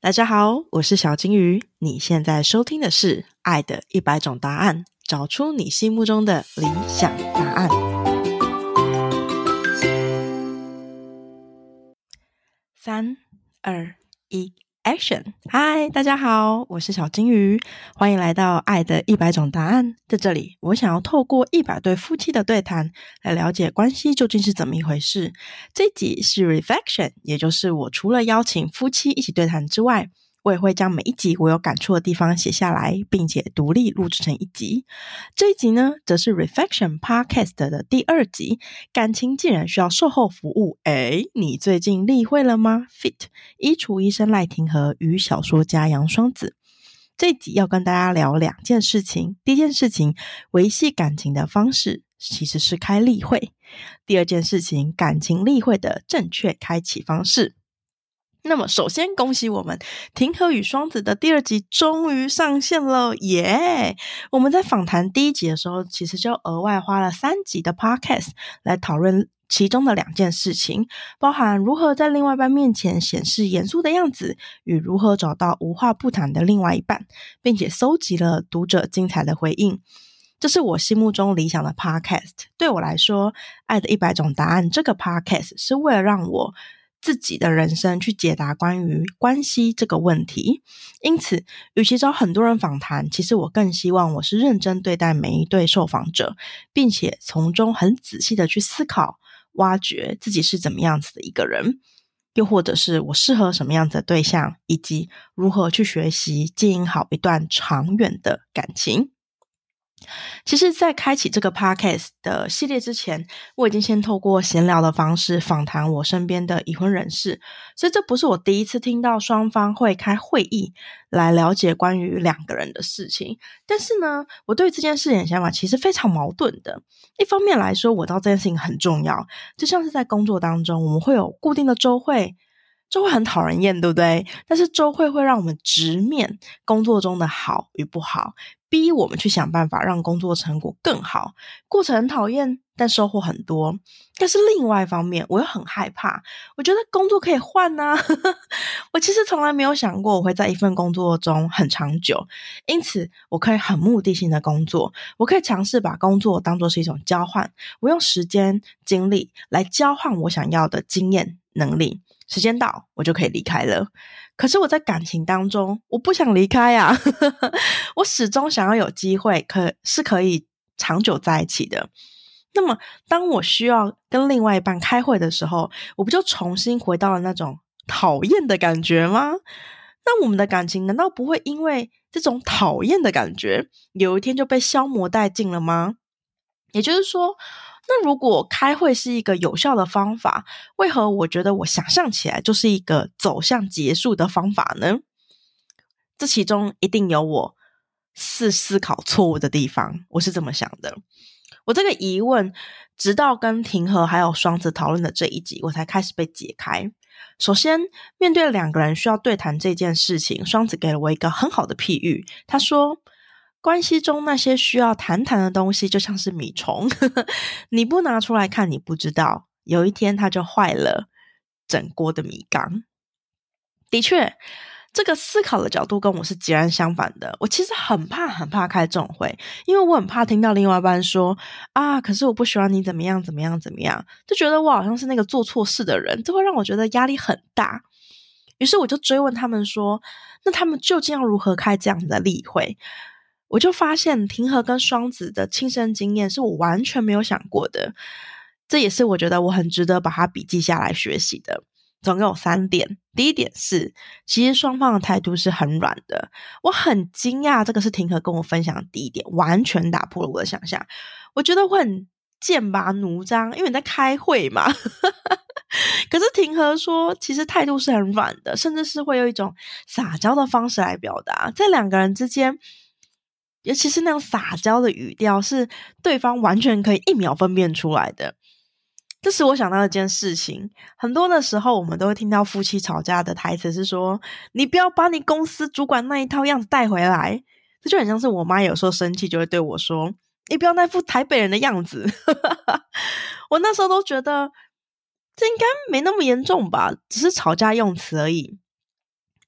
大家好，我是小金鱼。你现在收听的是《爱的100种答案》，找出你心目中的理想答案。3、2、1 Action！ 嗨，大家好，我是小金鱼，欢迎来到《爱的100种答案》。在这里，我想要透过100对夫妻的对谈，来了解关系究竟是怎么一回事。这一集是 Reflection， 也就是我除了邀请夫妻一起对谈之外，我也会将每一集我有感触的地方写下来，并且独立录制成一集。这一集呢，则是 Reflection Podcast 的第2集，感情既然需要售后服务，你最近例会了吗 ？Fit 衣橱医生赖廷和与小说家杨双子。这一集要跟大家聊2件事情。第一件事情，维系感情的方式其实是开例会。第二件事情，感情例会的正确开启方式。那么首先恭喜我们庭和与双子的第2集终于上线了耶！我们在访谈第1集的时候，其实就额外花了3集的 podcast 来讨论其中的2件事情，包含如何在另外一半面前显示严肃的样子，与如何找到无话不谈的另外一半，并且搜集了读者精彩的回应。这是我心目中理想的 podcast。 对我来说，爱的100种答案这个 podcast 是为了让我自己的人生去解答关于关系这个问题。因此与其找很多人访谈，其实我更希望我是认真对待每一对受访者，并且从中很仔细的去思考挖掘自己是怎么样子的一个人，又或者是我适合什么样子的对象，以及如何去学习经营好一段长远的感情。其实在开启这个 podcast 的系列之前，我已经先透过闲聊的方式访谈我身边的已婚人士，所以这不是我第一次听到双方会开会议来了解关于2个人的事情。但是呢，我对这件事情的想法其实非常矛盾的。一方面来说，我知道这件事情很重要，就像是在工作当中，我们会有固定的周会很讨人厌，对不对？但是周会让我们直面工作中的好与不好，逼我们去想办法让工作成果更好。过程很讨厌，但收获很多。但是另外一方面，我又很害怕，我觉得工作可以换啊我其实从来没有想过我会在一份工作中很长久，因此我可以很目的性的工作，我可以尝试把工作当作是一种交换，我用时间精力来交换我想要的经验能力，时间到我就可以离开了。可是我在感情当中，我不想离开啊我始终想要有机会可以长久在一起的。那么当我需要跟另外一半开会的时候，我不就重新回到了那种讨厌的感觉吗？那我们的感情难道不会因为这种讨厌的感觉有一天就被消磨殆尽了吗？也就是说，那如果开会是一个有效的方法，为何我觉得我想象起来就是一个走向结束的方法呢？这其中一定有我思考错误的地方，我是这么想的。我这个疑问直到跟庭和还有双子讨论的这一集，我才开始被解开。首先，面对2个人需要对谈这件事情，双子给了我一个很好的譬喻。他说，关系中那些需要谈的东西就像是米虫你不拿出来看，你不知道有一天它就坏了整锅的米缸。的确，这个思考的角度跟我是截然相反的。我其实很怕开这种会，因为我很怕听到另外一半说啊，可是我不喜欢你怎么样，就觉得我好像是那个做错事的人，这会让我觉得压力很大。于是我就追问他们说，那他们究竟要如何开这样子的例会？我就发现庭和跟双子的亲身经验是我完全没有想过的，这也是我觉得我很值得把它笔记下来学习的。总共有3点。第一点是，其实双方的态度是很软的。我很惊讶，这个是庭和跟我分享的第一点，完全打破了我的想象。我觉得我很剑拔弩张，因为你在开会嘛可是庭和说，其实态度是很软的，甚至是会有一种撒娇的方式来表达。在2个人之间，尤其是那种撒娇的语调，是对方完全可以1秒分辨出来的。这使我想到一件事情，很多的时候我们都会听到夫妻吵架的台词是说，你不要把你公司主管那一套样子带回来。这就很像是我妈有时候生气就会对我说，你不要那副台北人的样子我那时候都觉得这应该没那么严重吧，只是吵架用词而已。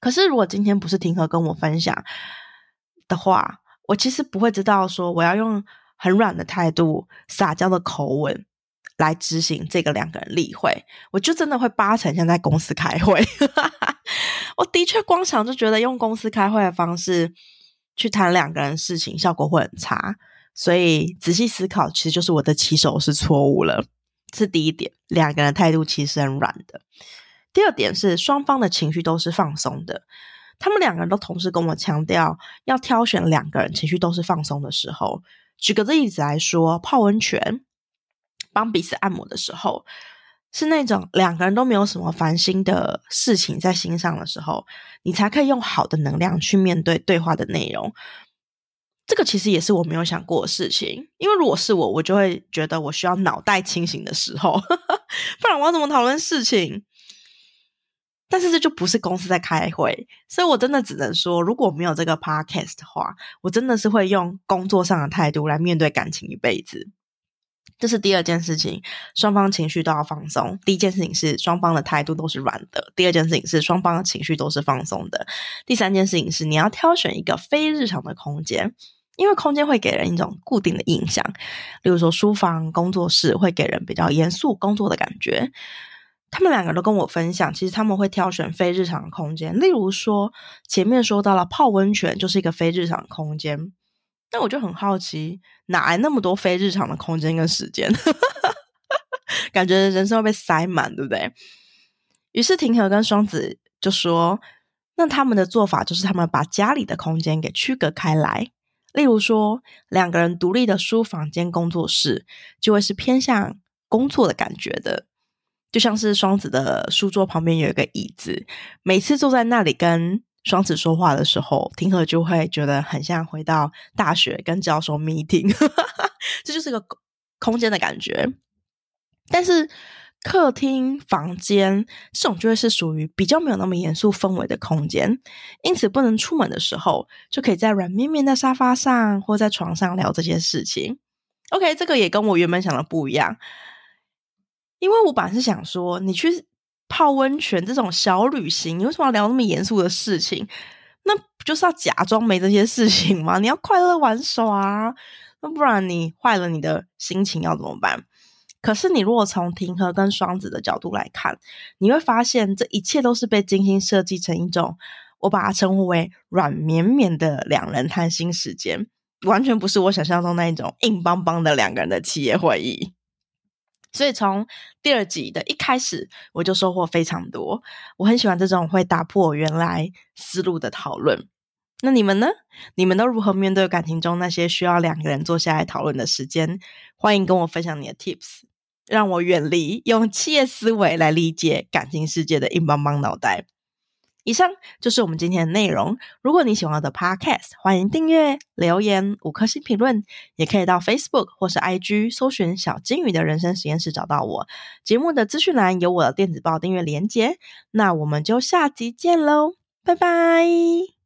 可是如果今天不是庭和跟我分享的话，我其实不会知道说我要用很软的态度撒娇的口吻来执行这个2个人例会，我就真的会8成像在公司开会我的确光想就觉得用公司开会的方式去谈2个人事情效果会很差，所以仔细思考其实就是我的起手是错误了，这是第一点，2个人的态度其实很软的。第二点是双方的情绪都是放松的，他们2个人都同时跟我强调要挑选2个人情绪都是放松的时候，举个例子来说，泡温泉帮彼此按摩的时候，是那种2个人都没有什么烦心的事情在心上的时候，你才可以用好的能量去面对对话的内容。这个其实也是我没有想过的事情，因为如果是我就会觉得我需要脑袋清醒的时候不然我要怎么讨论事情。但是这就不是公司在开会，所以我真的只能说，如果没有这个 podcast 的话，我真的是会用工作上的态度来面对感情一辈子。这是第二件事情，双方情绪都要放松。第一件事情是双方的态度都是软的，第二件事情是双方的情绪都是放松的，第三件事情是你要挑选一个非日常的空间，因为空间会给人一种固定的印象，例如说书房、工作室会给人比较严肃工作的感觉。他们2个都跟我分享，其实他们会挑选非日常的空间，例如说前面说到了泡温泉就是一个非日常的空间，但我就很好奇，哪来那么多非日常的空间跟时间感觉人生会被塞满，对不对？于是庭和跟双子就说，那他们的做法就是他们把家里的空间给区隔开来，例如说2个人独立的书房间工作室就会是偏向工作的感觉的，就像是双子的书桌旁边有一个椅子，每次坐在那里跟双子说话的时候，庭和就会觉得很像回到大学跟教授 meeting 这就是个空间的感觉。但是客厅、房间这种就会是属于比较没有那么严肃氛围的空间，因此不能出门的时候就可以在软绵绵的沙发上或在床上聊这些事情。 OK， 这个也跟我原本想的不一样，因为我本来是想说你去泡温泉这种小旅行，你为什么要聊那么严肃的事情？那不就是要假装没这些事情吗？你要快乐玩耍啊，那不然你坏了你的心情要怎么办？可是你如果从庭和跟双子的角度来看，你会发现这一切都是被精心设计成一种，我把它称呼为软绵绵的2人谈心时间，完全不是我想象中那一种硬邦邦的2个人的企业会议。所以从第2集的一开始我就收获非常多，我很喜欢这种会打破我原来思路的讨论。那你们呢？你们都如何面对感情中那些需要2个人坐下来讨论的时间？欢迎跟我分享你的 tips， 让我远离用企业思维来理解感情世界的硬邦邦脑袋。以上就是我们今天的内容，如果你喜欢我的 podcast， 欢迎订阅、留言、5颗星评论，也可以到 Facebook 或是 IG 搜寻小金鱼的人生实验室找到我。节目的资讯栏有我的电子报订阅连结，那我们就下集见咯，拜拜。